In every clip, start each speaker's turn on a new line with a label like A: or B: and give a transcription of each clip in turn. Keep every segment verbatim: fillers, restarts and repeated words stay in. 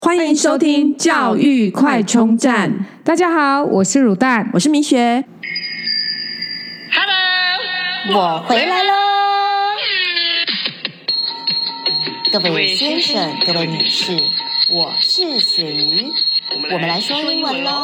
A: 欢迎收听教育快充站。
B: 大家好，我是乳蛋，
A: 我是明学。
C: Hello， 我回来喽！各位先生，各位女士，我是鳕鱼，我们来说英文喽。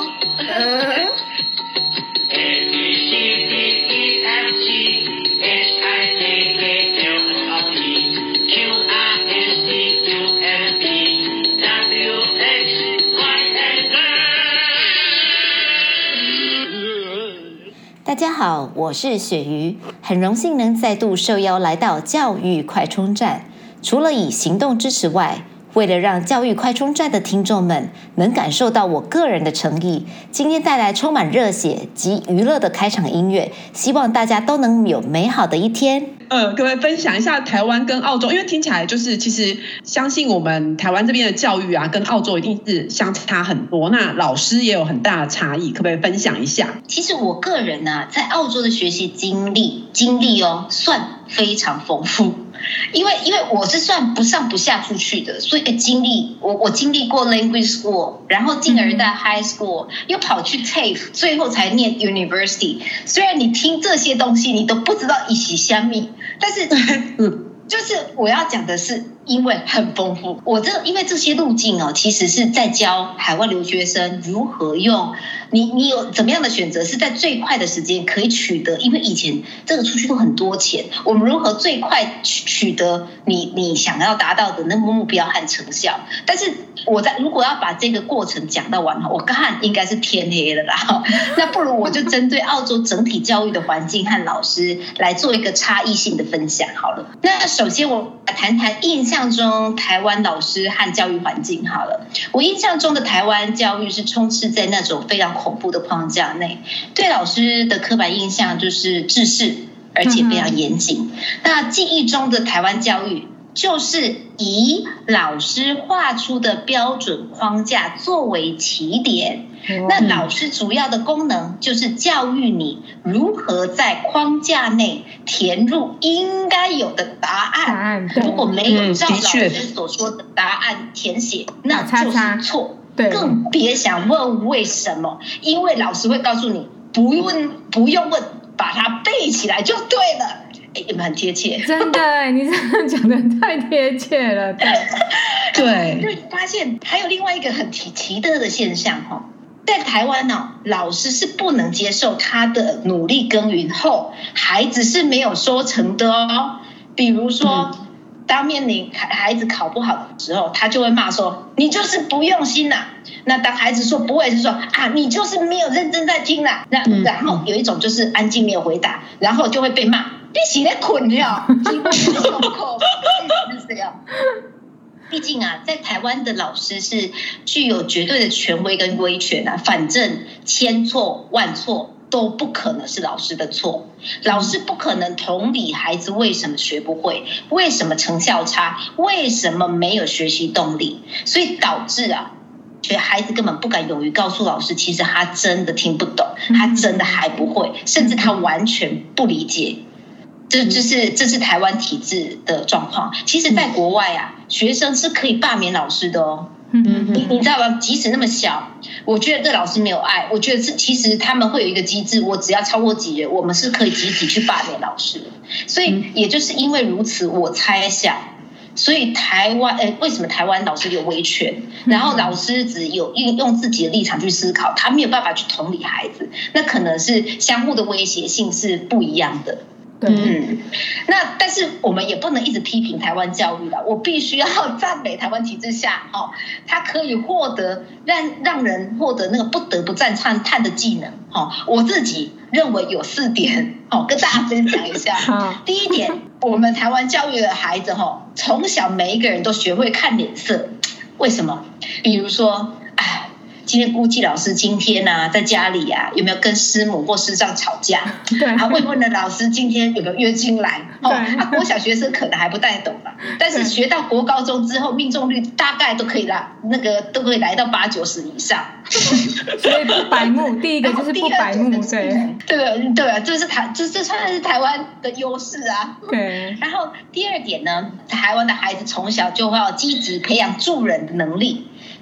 C: 大家好，我是鳕鱼，很荣幸能再度受邀来到教育快充站。除了以行动支持外，为了让教育快充站的听众们能感受到我个人的诚意，今天带来充满热血及娱乐的开场音乐，希望大家都能有美好的一天。
A: 呃，各位分享一下台湾跟澳洲，因为听起来就是其实相信我们台湾这边的教育啊，跟澳洲一定是相差很多。那老师也有很大的差异，可不可以分享一下？
C: 其实我个人呢、啊，在澳洲的学习经历经历哦，算非常丰富。因为因为我是算不上不下出去的，所以经历我我经历过 language school， 然后进而在 high school， 又跑去 T A F E， 最后才念 university。虽然你听这些东西，你都不知道一起相密，但是就是我要讲的是，因为很丰富。我这因为这些路径哦，其实是在教海外留学生如何用你你有怎么样的选择，是在最快的时间可以取得。因为以前这个出去都很多钱，我们如何最快取得你你想要达到的那个目标和成效？但是我在如果要把这个过程讲到完，我看应该是天黑了啦。那不如我就针对澳洲整体教育的环境和老师来做一个差异性的分享好了。那首先我来谈谈印象中台湾老师和教育环境好了。我印象中的台湾教育是充斥在那种非常恐怖的框架内，对老师的刻板印象就是制式，而且非常严谨。嗯、那记忆中的台湾教育就是以老师画出的标准框架作为起点，那老师主要的功能就是教育你如何在框架内填入应该有的答案。如果没有照老师所说的答案填写，那就是错。更别想问为什么，因为老师会告诉你不用不用问，把它背起来就对了。有没有很贴切？
B: 真的，你真的讲的太贴切了。对，
C: 对，就发现还有另外一个很奇奇特的现象哈，在台湾呢、哦，老师是不能接受他的努力耕耘后，孩子是没有收成的哦。比如说，嗯、当面临孩子考不好的时候，他就会骂说：“你就是不用心啦。”那当孩子说不会，是说啊，你就是没有认真在听啦。那然后有一种就是安静没有回答，然后就会被骂。你是在困了，题目是功课，意思是这样。毕竟啊，在台湾的老师是具有绝对的权威跟威权啊，反正千错万错都不可能是老师的错。老师不可能同理孩子为什么学不会，为什么成效差，为什么没有学习动力，所以导致啊。所以孩子根本不敢勇于告诉老师，其实他真的听不懂，他真的还不会，甚至他完全不理解。这就是这是台湾体制的状况。其实，在国外啊，学生是可以罢免老师的哦。你你知道吗？即使那么小，我觉得对老师没有爱，我觉得是其实他们会有一个机制，我只要超过几人，我们是可以集体去罢免老师。所以，也就是因为如此，我猜想。所以台湾，呃，为什么台湾老师有威权？然后老师只有用用自己的立场去思考，他没有办法去同理孩子，那可能是相互的威胁性是不一样的。
B: 对，
C: 嗯，那但是我们也不能一直批评台湾教育了，我必须要赞美台湾体制下，哦，它可以获得让让人获得那个不得不赞叹叹的技能，哦，我自己认为有四点，哦，跟大家分享一下。第一点，我们台湾教育的孩子，哦，从小每一个人都学会看脸色，为什么？比如说，哎。今天估计老师今天啊，在家里啊，有没有跟师母或师长吵架？
B: 对，
C: 还会问了老师今天有没有月经来？哦，啊，国小学生可能还不太懂吧，但是学到国高中之后，命中率大概都可以来，那个都可以来到八九十以上。
B: 所以不白目，第一个就是不白目，对，
C: 对对，这是台，这这算是台湾的优势啊。
B: 对。
C: 然后第二点呢，台湾的孩子从小就会要积极培养助人的能力。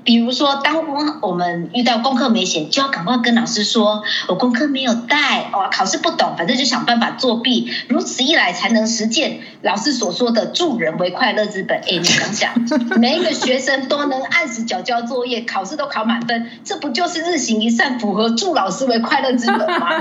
C: 比如说，当我们遇到功课没写，就要赶快跟老师说，我功课没有带，哦，考试不懂，反正就想办法作弊。如此一来，才能实践老师所说的助人为快乐之本。哎，你想想，每一个学生都能按时缴交作业，考试都考满分，这不就是日行一善，符合助老师为快乐之本吗？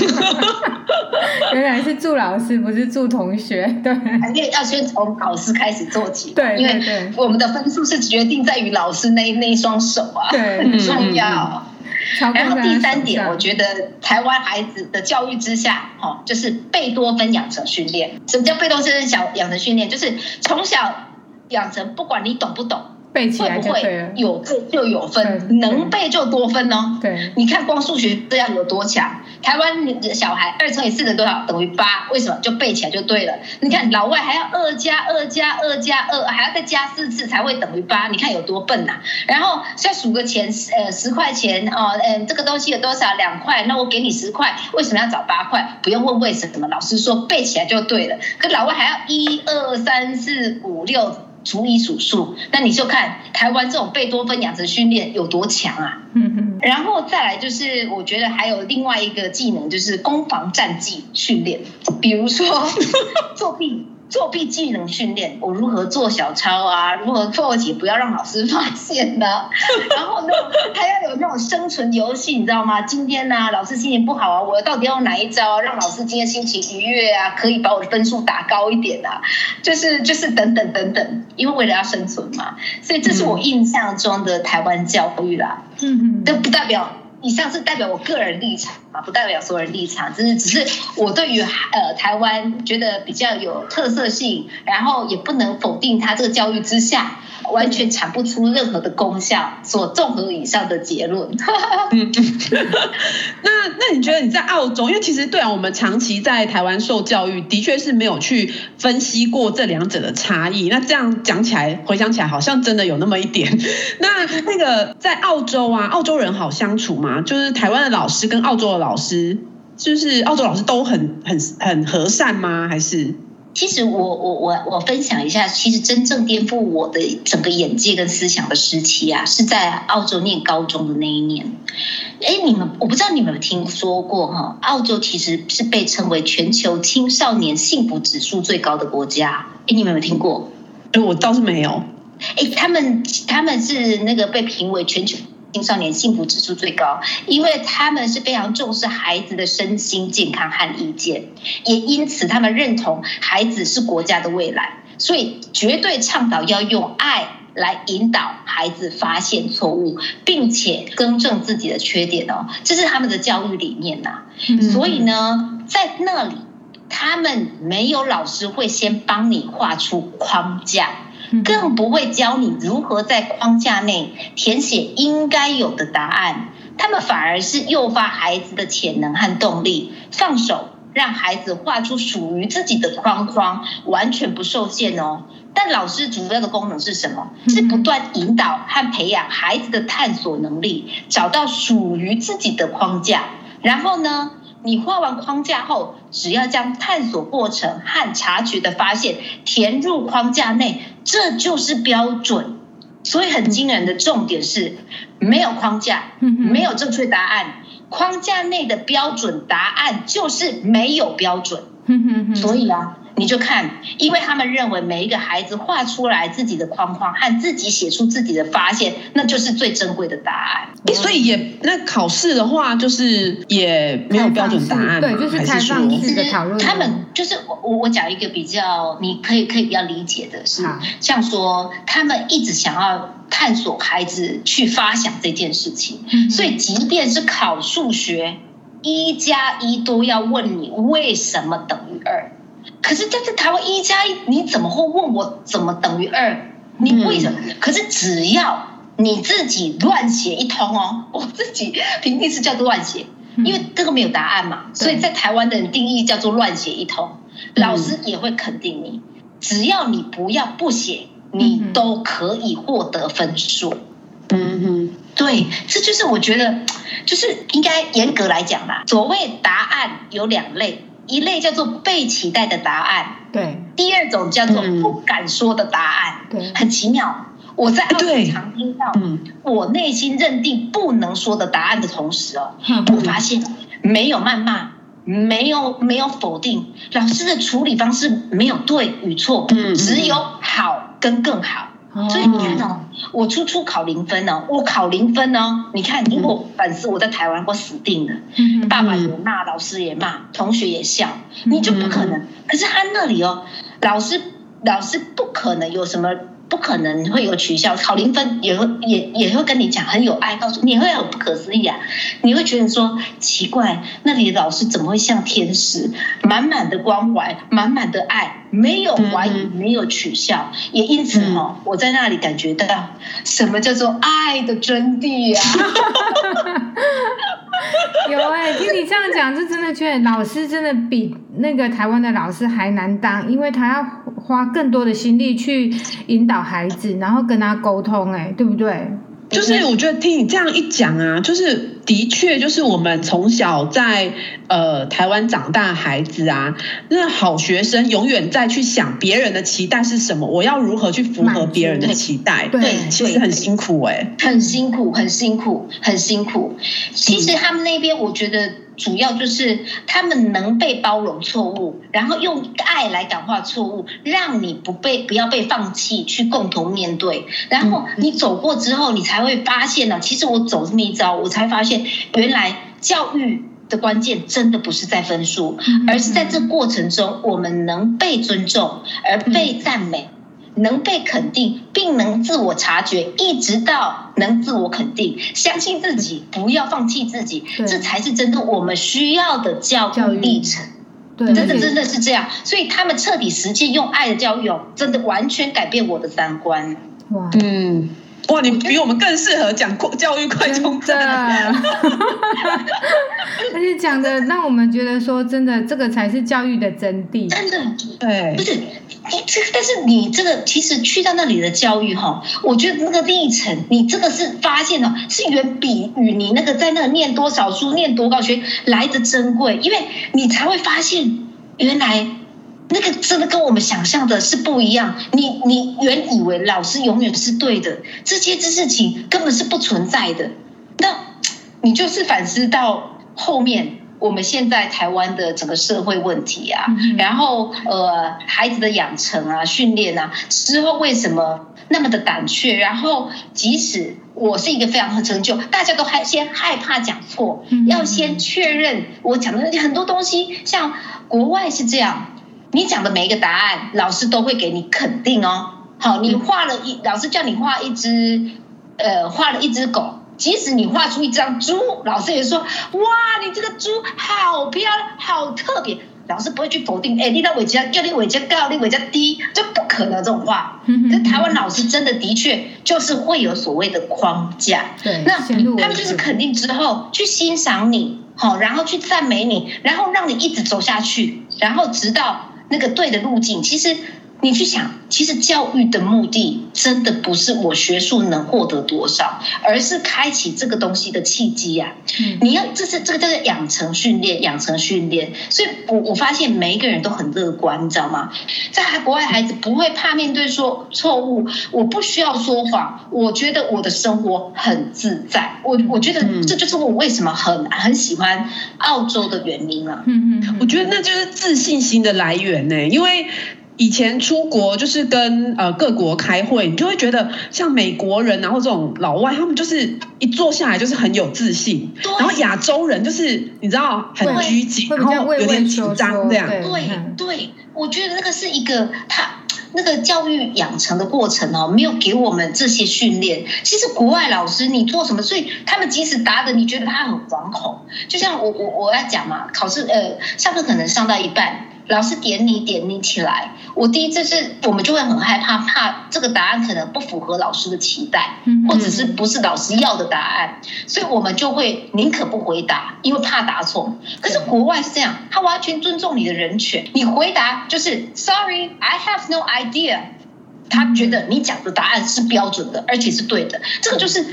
B: 原来是助老师，不是助同学。对，
C: 因为要先从考试开始做起。
B: 对，
C: 因为我们的分数是决定在于老师那那一双手啊，
B: 对，
C: 很重要。
B: 嗯、
C: 然后第三点，我觉得台湾孩子的教育之下，哦，就是贝多芬养成训练。什么叫贝多芬养成训练？就是从小养成，不管你懂不懂。
B: 背起来就对了，
C: 会不会有背就有分，能背就多分哦。
B: 对，
C: 你看光数学这样有多强？台湾的小孩二乘以四等于多少？等于八，为什么？就背起来就对了。你看老外还要二加二加二加二，还要再加四次才会等于八，你看有多笨呐、啊？然后再数个钱，呃，十块钱哦，嗯，这个东西有多少？两块，那我给你十块，为什么要找八块？不用问为什么，老师说背起来就对了。可老外还要一二三四五六。逐一数数，那你就看台湾这种贝多芬养成训练有多强啊！然后再来就是，我觉得还有另外一个技能，就是攻防战技训练，比如说作弊。作弊技能训练，我如何做小抄啊？如何破解不要让老师发现呢、啊？然后呢，还要有那种生存游戏，你知道吗？今天呢、啊，老师心情不好啊，我到底要用哪一招、啊、让老师今天心情愉悦啊？可以把我的分数打高一点啊？就是就是等等等等，因为为了要生存嘛，所以这是我印象中的台湾教育啦。嗯嗯，这不代表。以上是代表我个人立场嘛，不代表所有人立场，只是只是我对于呃台湾觉得比较有特色性，然后也不能否定它这个教育之下完全产不出任何的功效，所综合以上的结论。
A: 嗯，那那你觉得你在澳洲，因为其实对啊，我们长期在台湾受教育，的确是没有去分析过这两者的差异。那这样讲起来，回想起来，好像真的有那么一点。那那个在澳洲啊，澳洲人好相处吗？就是台湾的老师跟澳洲的老师，就是澳洲老师都很很很和善吗？还是？
C: 其实我我我我分享一下，其实真正颠覆我的整个眼界跟思想的时期啊，是在澳洲念高中的那一年。哎，你们我不知道你们有没有听说过哈？澳洲其实是被称为全球青少年幸福指数最高的国家。哎，你们有没有听过？
A: 哎，我倒是没有。
C: 哎，他们他们是那个被评为全球青少年幸福指数最高，因为他们是非常重视孩子的身心健康和意见，也因此他们认同孩子是国家的未来，所以绝对倡导要用爱来引导孩子发现错误，并且更正自己的缺点哦，这是他们的教育理念呐、啊。所以呢，在那里他们没有老师会先帮你画出框架。更不会教你如何在框架内填写应该有的答案，他们反而是诱发孩子的潜能和动力，放手让孩子画出属于自己的框框，完全不受限哦。但老师主要的功能是什么？是不断引导和培养孩子的探索能力，找到属于自己的框架。然后呢，你画完框架后，只要将探索过程和察觉的发现填入框架内，这就是标准。所以很惊人的重点是，没有框架，没有正确答案，框架内的标准答案就是没有标准。所以啊，你就看，因为他们认为每一个孩子画出来自己的框框和自己写出自己的发现，那就是最珍贵的答案。
A: 欸、所以也那考试的话，就是也没有标准答案，
B: 对，就是开放式的讨论。
C: 他们就是我我讲一个比较你可以可以比较理解的是，像说他们一直想要探索孩子去发想这件事情，嗯、所以即便是考数学，一加一都要问你为什么等于二。可是在这台湾一加一，你怎么会问我怎么等于二？你为什么？嗯、可是只要你自己乱写一通哦，我自己评定是叫做乱写，因为这个没有答案嘛，所以在台湾的人定义叫做乱写一通，老师也会肯定你，只要你不要不写，你都可以获得分数。嗯哼，对，这就是我觉得，就是应该严格来讲啦，所谓答案有两类。一类叫做被期待的答案，
B: 对；
C: 第二种叫做不敢说的答案，对。很奇妙， 我在澳洲常听到，我内心认定不能说的答案的同时哦，我发现没有谩骂，没有没有否定，老师的处理方式没有对与错，只有好跟更好。所以你看哦，我初初考零分哦，我考零分哦，你看如果反思我在台湾，我死定了，爸爸也骂，老师也骂，同学也笑，你就不可能。可是他那里哦，老师老师不可能有什么。不可能会有取笑，考零分也会也也会跟你讲很有爱，告诉你会很不可思议啊！你会觉得说奇怪，那里的老师怎么会像天使，满满的关怀，满满的爱，没有怀疑，没有取笑，也因此哦，我在那里感觉到什么叫做爱的真谛啊！
B: 有哎、欸，听你这样讲，就真的觉得老师真的比那个台湾的老师还难当，因为他要花更多的心力去引导孩子，然后跟他沟通、欸，哎，对不对？
A: 就是我觉得听你这样一讲啊，就是的确就是我们从小在呃台湾长大的孩子啊，那好学生永远在去想别人的期待是什么，我要如何去符合别人的期待，
C: 对，
A: 其实很辛苦哎、欸，
C: 很辛苦，很辛苦，很辛苦。其实他们那边我觉得。主要就是他们能被包容错误，然后用爱来感化错误，让你不被不要被放弃，去共同面对。然后你走过之后，你才会发现呢、啊，其实我走这么一招，我才发现原来教育的关键真的不是在分数，而是在这过程中我们能被尊重，而被赞美。能被肯定，并能自我察觉，一直到能自我肯定，相信自己，不要放弃自己，这才是真的我们需要的教育历程。真的真的是这样，所以他们彻底实践用爱的教育，真的完全改变我的三观。
B: 哇，
A: 嗯。哇，你比我们更适合讲教育快充站，
B: 而且讲的让我们觉得说，真的这个才是教育的真谛。
C: 真的，
A: 对，
C: 不是你这，但是你这个其实去到那里的教育哈，我觉得那个历程，你这个是发现哦，是远比与你那个在那个念多少书、念多高学来的珍贵，因为你才会发现原来。那个真的跟我们想象的是不一样。你你原以为老师永远是对的，这些事情根本是不存在的。那你就是反思到后面，我们现在台湾的整个社会问题啊，嗯、然后呃孩子的养成啊、训练啊，之后为什么那么的胆怯？然后即使我是一个非常很成就，大家都还先害怕讲错，嗯、要先确认我讲的很多东西，像国外是这样。你讲的每一个答案，老师都会给你肯定哦。好，你画了一，老师叫你画一只，呃，画了一只狗，即使你画出一张猪，老师也说，哇，你这个猪好漂亮，好特别。老师不会去否定，哎，你的尾加叫你尾加高，你尾加低，就不可能这种话。可是台湾老师真的的确就是会有所谓的框架，
B: 对，
C: 那他们就是肯定之后去欣赏你，好，然后去赞美你，然后让你一直走下去，然后直到。那个对的路径，其实你去想，其实教育的目的真的不是我学术能获得多少，而是开启这个东西的契机呀、啊。嗯、你要这是这个叫做养成训练，养成训练。所以我我发现每一个人都很乐观，你知道吗？在国外孩子不会怕面对说错误，我不需要说谎，我觉得我的生活很自在。我我觉得这就是我为什么很很喜欢澳洲的原因啊。
B: 嗯嗯，
A: 我觉得那就是自信心的来源呢、欸，因为。以前出国就是跟呃各国开会，你就会觉得像美国人，然后这种老外，他们就是一坐下来就是很有自信，然后亚洲人就是你知道很拘谨，然后有点紧张这样。
C: 对对，我觉得那个是一个他那个教育养成的过程哦，没有给我们这些训练。其实国外老师你做什么，所以他们即使答的你觉得他很惶恐，就像我我我要讲嘛，考试呃上课可能上到一半。老师点你点你起来，我第一次是我们就会很害怕，怕这个答案可能不符合老师的期待，或者是不是老师要的答案，所以我们就会宁可不回答，因为怕答错。可是国外是这样，他完全尊重你的人权，你回答就是 Sorry, I have no idea。他觉得你讲的答案是标准的，而且是对的，这个就是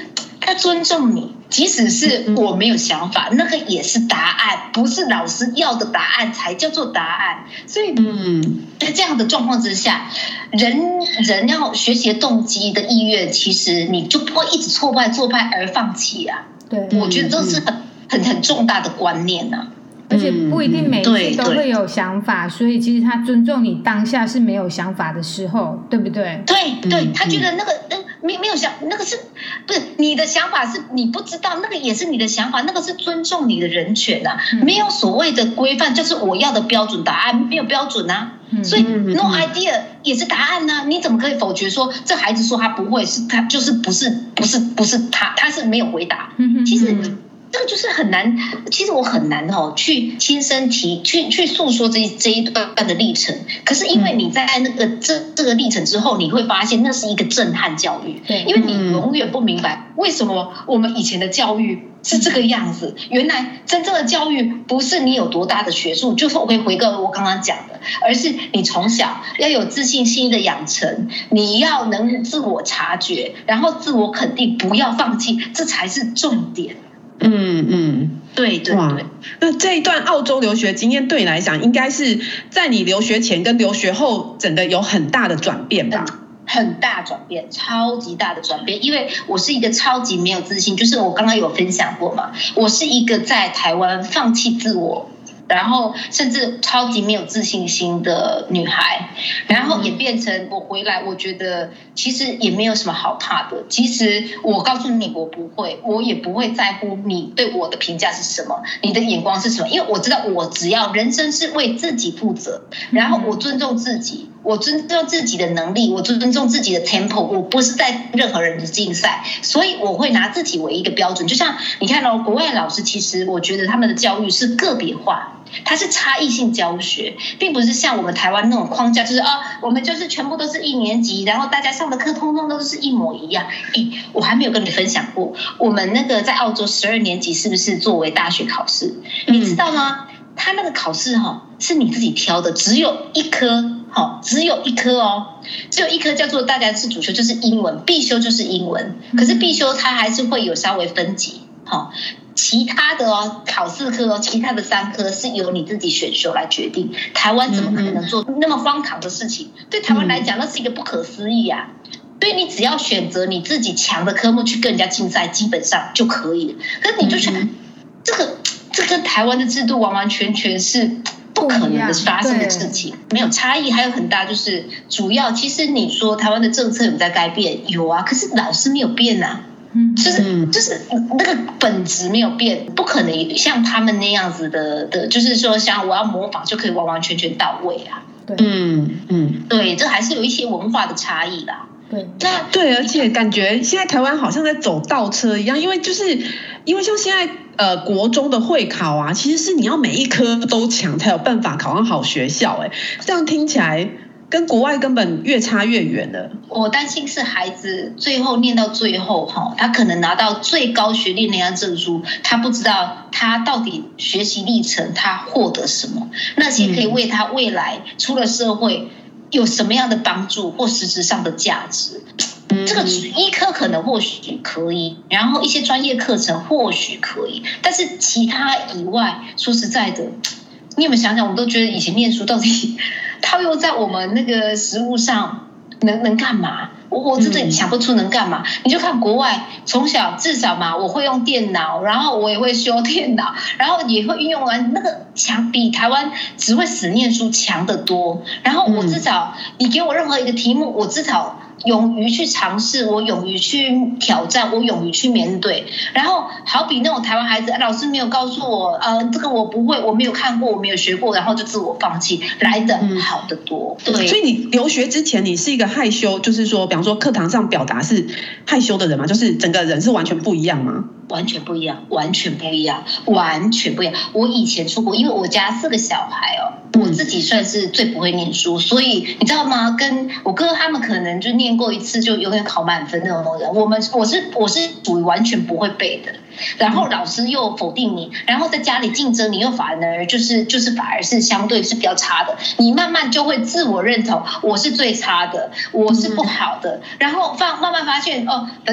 C: 他尊重你，即使是我没有想法，那个也是答案，不是老师要的答案才叫做答案。所以，嗯，在这样的状况之下，人人要学习的动机的意愿，其实你就不会一直挫败挫败而放弃啊。
B: 对，
C: 我觉得这是很很很重大的观念呐、啊。
B: 而且不一定每一次都会有想法，所以其实他尊重你当下是没有想法的时候，对不对？
C: 对对，他觉得那个那没没有想，那个是不是你的想法是你不知道，那个也是你的想法，那个是尊重你的人权呐、啊嗯，没有所谓的规范，就是我要的标准答案，没有标准啊。嗯、所以 no idea 也是答案呢、啊，你怎么可以否决说这孩子说他不会，是他就是不是不是不是他，他是没有回答。嗯、其实。这个就是很难，其实我很难哦，去亲身提，去去诉说这这一段的历程。可是因为你在那个这这个历程之后，你会发现那是一个震撼教育，对，因为你永远不明白为什么我们以前的教育是这个样子。原来真正的教育不是你有多大的学术，就是我可以回个我刚刚讲的，而是你从小要有自信心的养成，你要能自我察觉，然后自我肯定，不要放弃，这才是重点。
A: 嗯嗯，
C: 对对对。
A: 那这一段澳洲留学经验对你来讲，应该是在你留学前跟留学后，整个有很大的转变吧？
C: 很大转变，超级大的转变。因为我是一个超级没有自信，就是我刚刚有分享过嘛，我是一个在台湾放弃自我，然后甚至超级没有自信心的女孩，然后也变成我回来，我觉得其实也没有什么好怕的。其实我告诉你，我不会，我也不会在乎你对我的评价是什么，你的眼光是什么，因为我知道我只要人生是为自己负责，然后我尊重自己，我尊重自己的能力，我尊重自己的 tempo， 我不是在任何人的竞赛，所以我会拿自己为一个标准。就像你看哦，国外老师其实我觉得他们的教育是个别化。它是差异性教学，并不是像我们台湾那种框架，就是啊，我们就是全部都是一年级，然后大家上的课通通都是一模一样。诶，我还没有跟你分享过，我们那个在澳洲十二年级是不是作为大学考试？你知道吗？他那个考试哈、哦、是你自己挑的，只有一科，好，只有一科哦，只有一科叫做大家是主修，就是英文，必修就是英文。可是必修它还是会有稍微分级，好。其他的哦，考四科哦，其他的三科是由你自己选修来决定。台湾怎么可能做那么荒唐的事情？对台湾来讲，那是一个不可思议啊！所以你只要选择你自己强的科目去跟人家竞赛，基本上就可以了。可是你就觉得这个这跟台湾的制度完完全全是不可能的发生的事情，没有差异，还有很大就是主要，其实你说台湾的政策有在改变，有啊，可是老师没有变啊。就是就是那个本质没有变，不可能像他们那样子的的，就是说像我要模仿就可以完完全全到位啊。
B: 对，
A: 嗯嗯，
C: 对，这还是有一些文化的差异啦。
B: 对，
A: 那对，而且感觉现在台湾好像在走倒车一样，因为就是因为像现在呃国中的会考啊，其实是你要每一科都强才有办法考上好学校，哎，这样听起来。跟国外根本越差越远了。
C: 我担心是孩子最后念到最后他可能拿到最高学历那张证书，他不知道他到底学习历程他获得什么，那些可以为他未来出了社会有什么样的帮助或实质上的价值。这个医科可能或许可以，然后一些专业课程或许可以，但是其他以外，说实在的，你有没有想想，我们都觉得以前念书到底套用在我们那个实务上能能干嘛？我我真的想不出能干嘛。嗯、你就看国外，从小至少嘛，我会用电脑，然后我也会修电脑，然后也会运用完那个强，比台湾只会死念书强得多。然后我至少，嗯、你给我任何一个题目，我至少。勇于去尝试，我勇于去挑战，我勇于去面对。然后好比那种台湾孩子，老师没有告诉我，呃，这个我不会，我没有看过，我没有学过，然后就自我放弃，来的好得多。嗯、对，
A: 所以你留学之前，你是一个害羞，就是说，比方说课堂上表达是害羞的人吗？就是整个人是完全不一样吗？
C: 完全不一样，完全不一样，完全不一样。我以前出国，因为我家四个小孩哦，我自己算是最不会念书，所以你知道吗？跟我哥他们可能就念过一次就永远考满分那种人，我们我是我是属于完全不会背的。然后老师又否定你，然后在家里竞争你又反而就是就是反而是相对是比较差的，你慢慢就会自我认同，我是最差的，我是不好的，然后发慢慢发现哦，反正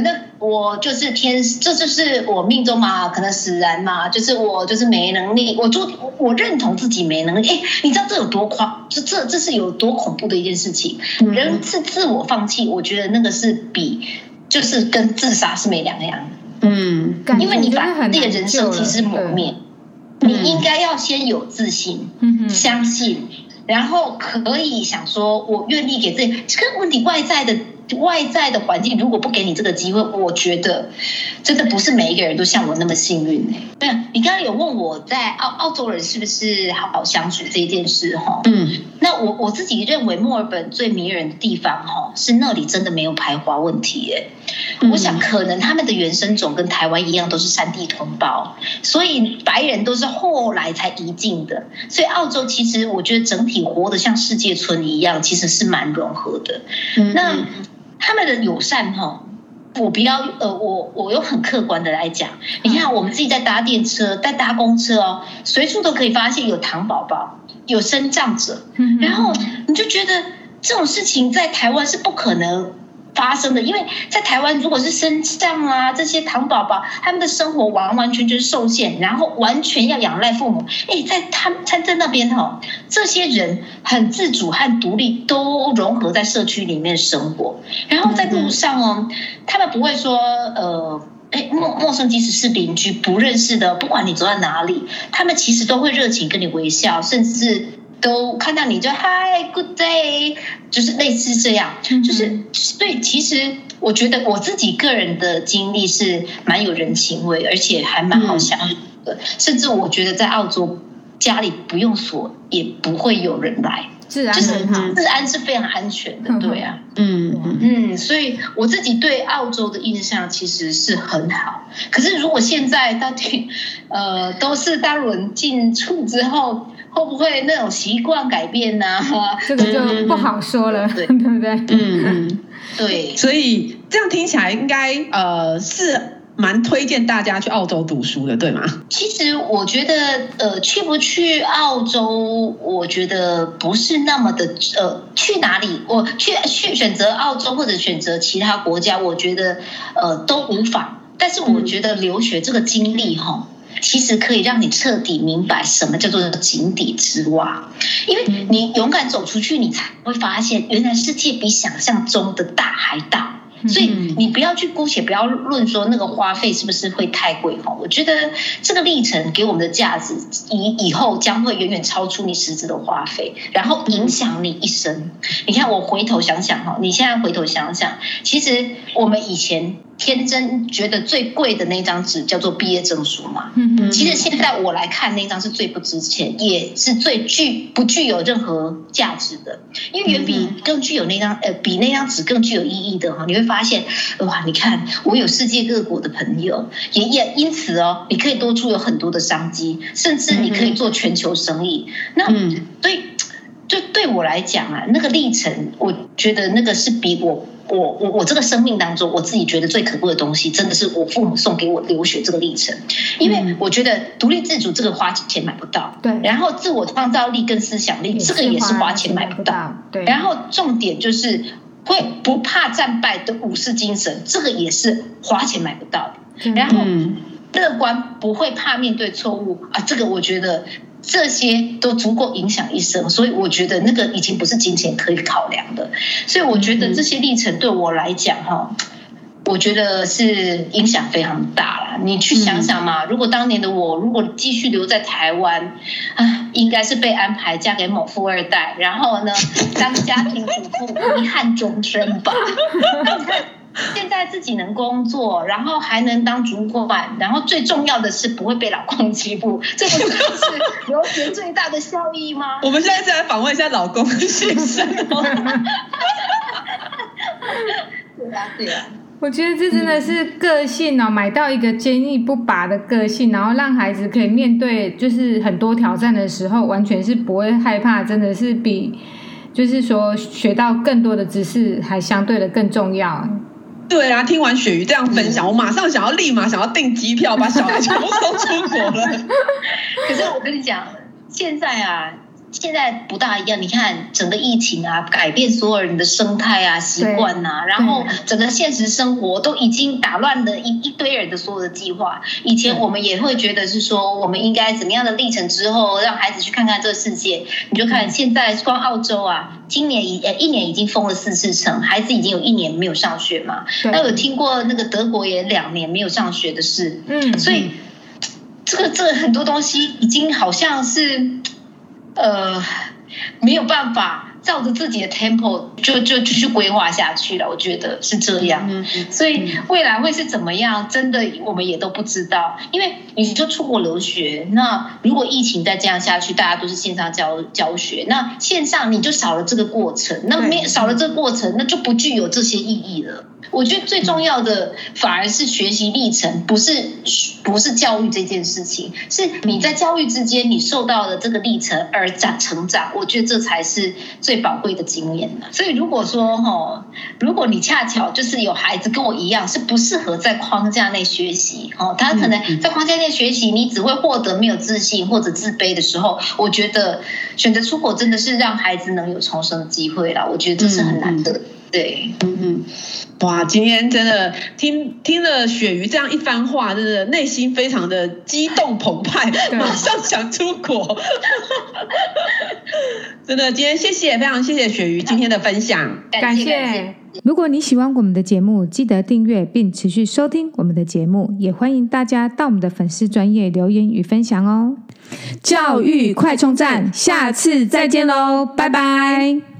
C: 我就是天，这就是我命中嘛，可能使然嘛，就是我就是没能力，我就我认同自己没能力。哎，你知道这有多夸，这这这是有多恐怖的一件事情？人是自我放弃，我觉得那个是比就是跟自杀是没两样的。嗯，因为你把自己的人生其实磨灭，你应该要先有自信，嗯、相信，然后可以想说，我愿意给自己。这个问题外在的。外在的环境如果不给你这个机会，我觉得真的不是每一个人都像我那么幸运哎、欸。对啊，你刚刚有问我在澳澳洲人是不是好好相处这件事哈？嗯，那我我自己认为墨尔本最迷人的地方哈，是那里真的没有排华问题哎、欸。我想可能他们的原生种跟台湾一样都是山地同胞，所以白人都是后来才移进的，所以澳洲其实我觉得整体活得像世界村一样，其实是蛮融合的。嗯、那他们的友善哈，我不要呃，我我用很客观的来讲，你看我们自己在搭电车、在搭公车哦，随处都可以发现有糖宝宝、有身障者，然后你就觉得这种事情在台湾是不可能发生的，因为在台湾如果是身障啊这些糖宝宝，他们的生活完完全全受限，然后完全要仰赖父母。哎，在他们在那边哈，这些人很自主和独立，都融合在社区里面生活。然后在路上哦，他们不会说呃。哎，陌陌生即使是邻居不认识的，不管你走在哪里，他们其实都会热情跟你微笑，甚至都看到你就 Hi Good Day， 就是类似这样，就是所以其实我觉得我自己个人的经历是蛮有人情味，而且还蛮好相处的，嗯、甚至我觉得在澳洲家里不用锁也不会有人来。
B: 治安
C: 就是治安是非常安全的，对啊，嗯嗯，所以我自己对澳洲的印象其实是很好。可是如果现在到底呃都是大陆人进出之后，会不会那种习惯改变呢、啊？
B: 这个就不好说了，嗯、对对不对？
A: 嗯嗯，
C: 对。
A: 所以这样听起来应该呃是。蛮推荐大家去澳洲读书的，对吗？
C: 其实我觉得，呃，去不去澳洲，我觉得不是那么的，呃，去哪里，我去去选择澳洲或者选择其他国家，我觉得呃都无妨。但是我觉得留学这个经历哈。其实可以让你彻底明白什么叫做井底之蛙，因为你勇敢走出去，你才会发现原来世界比想象中的大还大。所以你不要去姑且不要论说那个花费是不是会太贵哈，我觉得这个历程给我们的价值以以后将会远远超出你实质的花费，然后影响你一生。你看我回头想想哈，你现在回头想想，其实我们以前天真觉得最贵的那张纸叫做毕业证书嘛，其实现在我来看那张是最不值钱，也是最具不具有任何价值的，因为远比更具有那张呃比那张纸更具有意义的哈，你会发现哇，你看我有世界各国的朋友，也也因此哦，你可以多出有很多的商机，甚至你可以做全球生意。那对就对我来讲啊，那个历程，我觉得那个是比我。我我我这个生命当中，我自己觉得最可贵的东西，真的是我父母送给我留学这个历程，因为我觉得独立自主这个花钱买不到，对，然后自我创造力跟思想力，这个也是花钱买不到，对，然后重点就是会不怕战败的武士精神，这个也是花钱买不到的，然后乐观不会怕面对错误啊，这个我觉得。这些都足够影响一生，所以我觉得那个已经不是金钱可以考量的。所以我觉得这些历程对我来讲，哈，我觉得是影响非常大啦。你去想想嘛，如果当年的我，如果继续留在台湾，啊，应该是被安排嫁给某富二代，然后呢，当家庭主妇，遗憾终身吧。现在自己能工作，然后还能当主管，然后最重要的是不会被老公欺负，这不是留学最大的效益吗？
A: 我们现在再来访问一下老公先生哦。
C: 对啊，对啊。
B: 我觉得这真的是个性哦，买到一个坚毅不拔的个性，然后让孩子可以面对就是很多挑战的时候，完全是不会害怕，真的是比就是说学到更多的知识还相对的更重要。
A: 对啊，听完雪瑜这样分享，我马上想要立马想要订机票，把小孩全部送出国了。
C: 可是我跟你讲，现在啊， 现在不大一样，你看整个疫情啊，改变所有人的生态啊、习惯啊，然后整个现实生活都已经打乱了一一堆人的所有的计划。以前我们也会觉得是说，我们应该怎么样的历程之后，让孩子去看看这个世界。你就看现在光澳洲啊，今年一呃一年已经封了四次城，孩子已经有一年没有上学嘛。那有听过那个德国也两年没有上学的事，嗯，所以这个这个很多东西已经好像是。呃，没有办法照着自己的 tempo 就就继续规划下去了，我觉得是这样。嗯、所以未来会是怎么样，真的我们也都不知道。因为你就出国留学，那如果疫情再这样下去，大家都是线上教教学，那线上你就少了这个过程，那没少了这个过程，那就不具有这些意义了。我觉得最重要的反而是学习历程，不是不是教育这件事情，是你在教育之间你受到的这个历程而长成长，我觉得这才是最宝贵的经验。所以如果说齁，如果你恰巧就是有孩子跟我一样是不适合在框架内学习，他可能在框架内学习你只会获得没有自信或者自卑的时候，我觉得选择出国真的是让孩子能有重生的机会啦，我觉得这是很难得的。对，
A: 嗯嗯，哇，今天真的听听了雪瑜这样一番话，真的内心非常的激动澎湃，马上想出国。真的，今天谢谢，非常谢谢雪瑜今天的分享，
B: 感谢。如果你喜欢我们的节目，记得订阅并持续收听我们的节目，也欢迎大家到我们的粉丝专页留言与分享哦。教育快充站，下次再见喽，拜拜。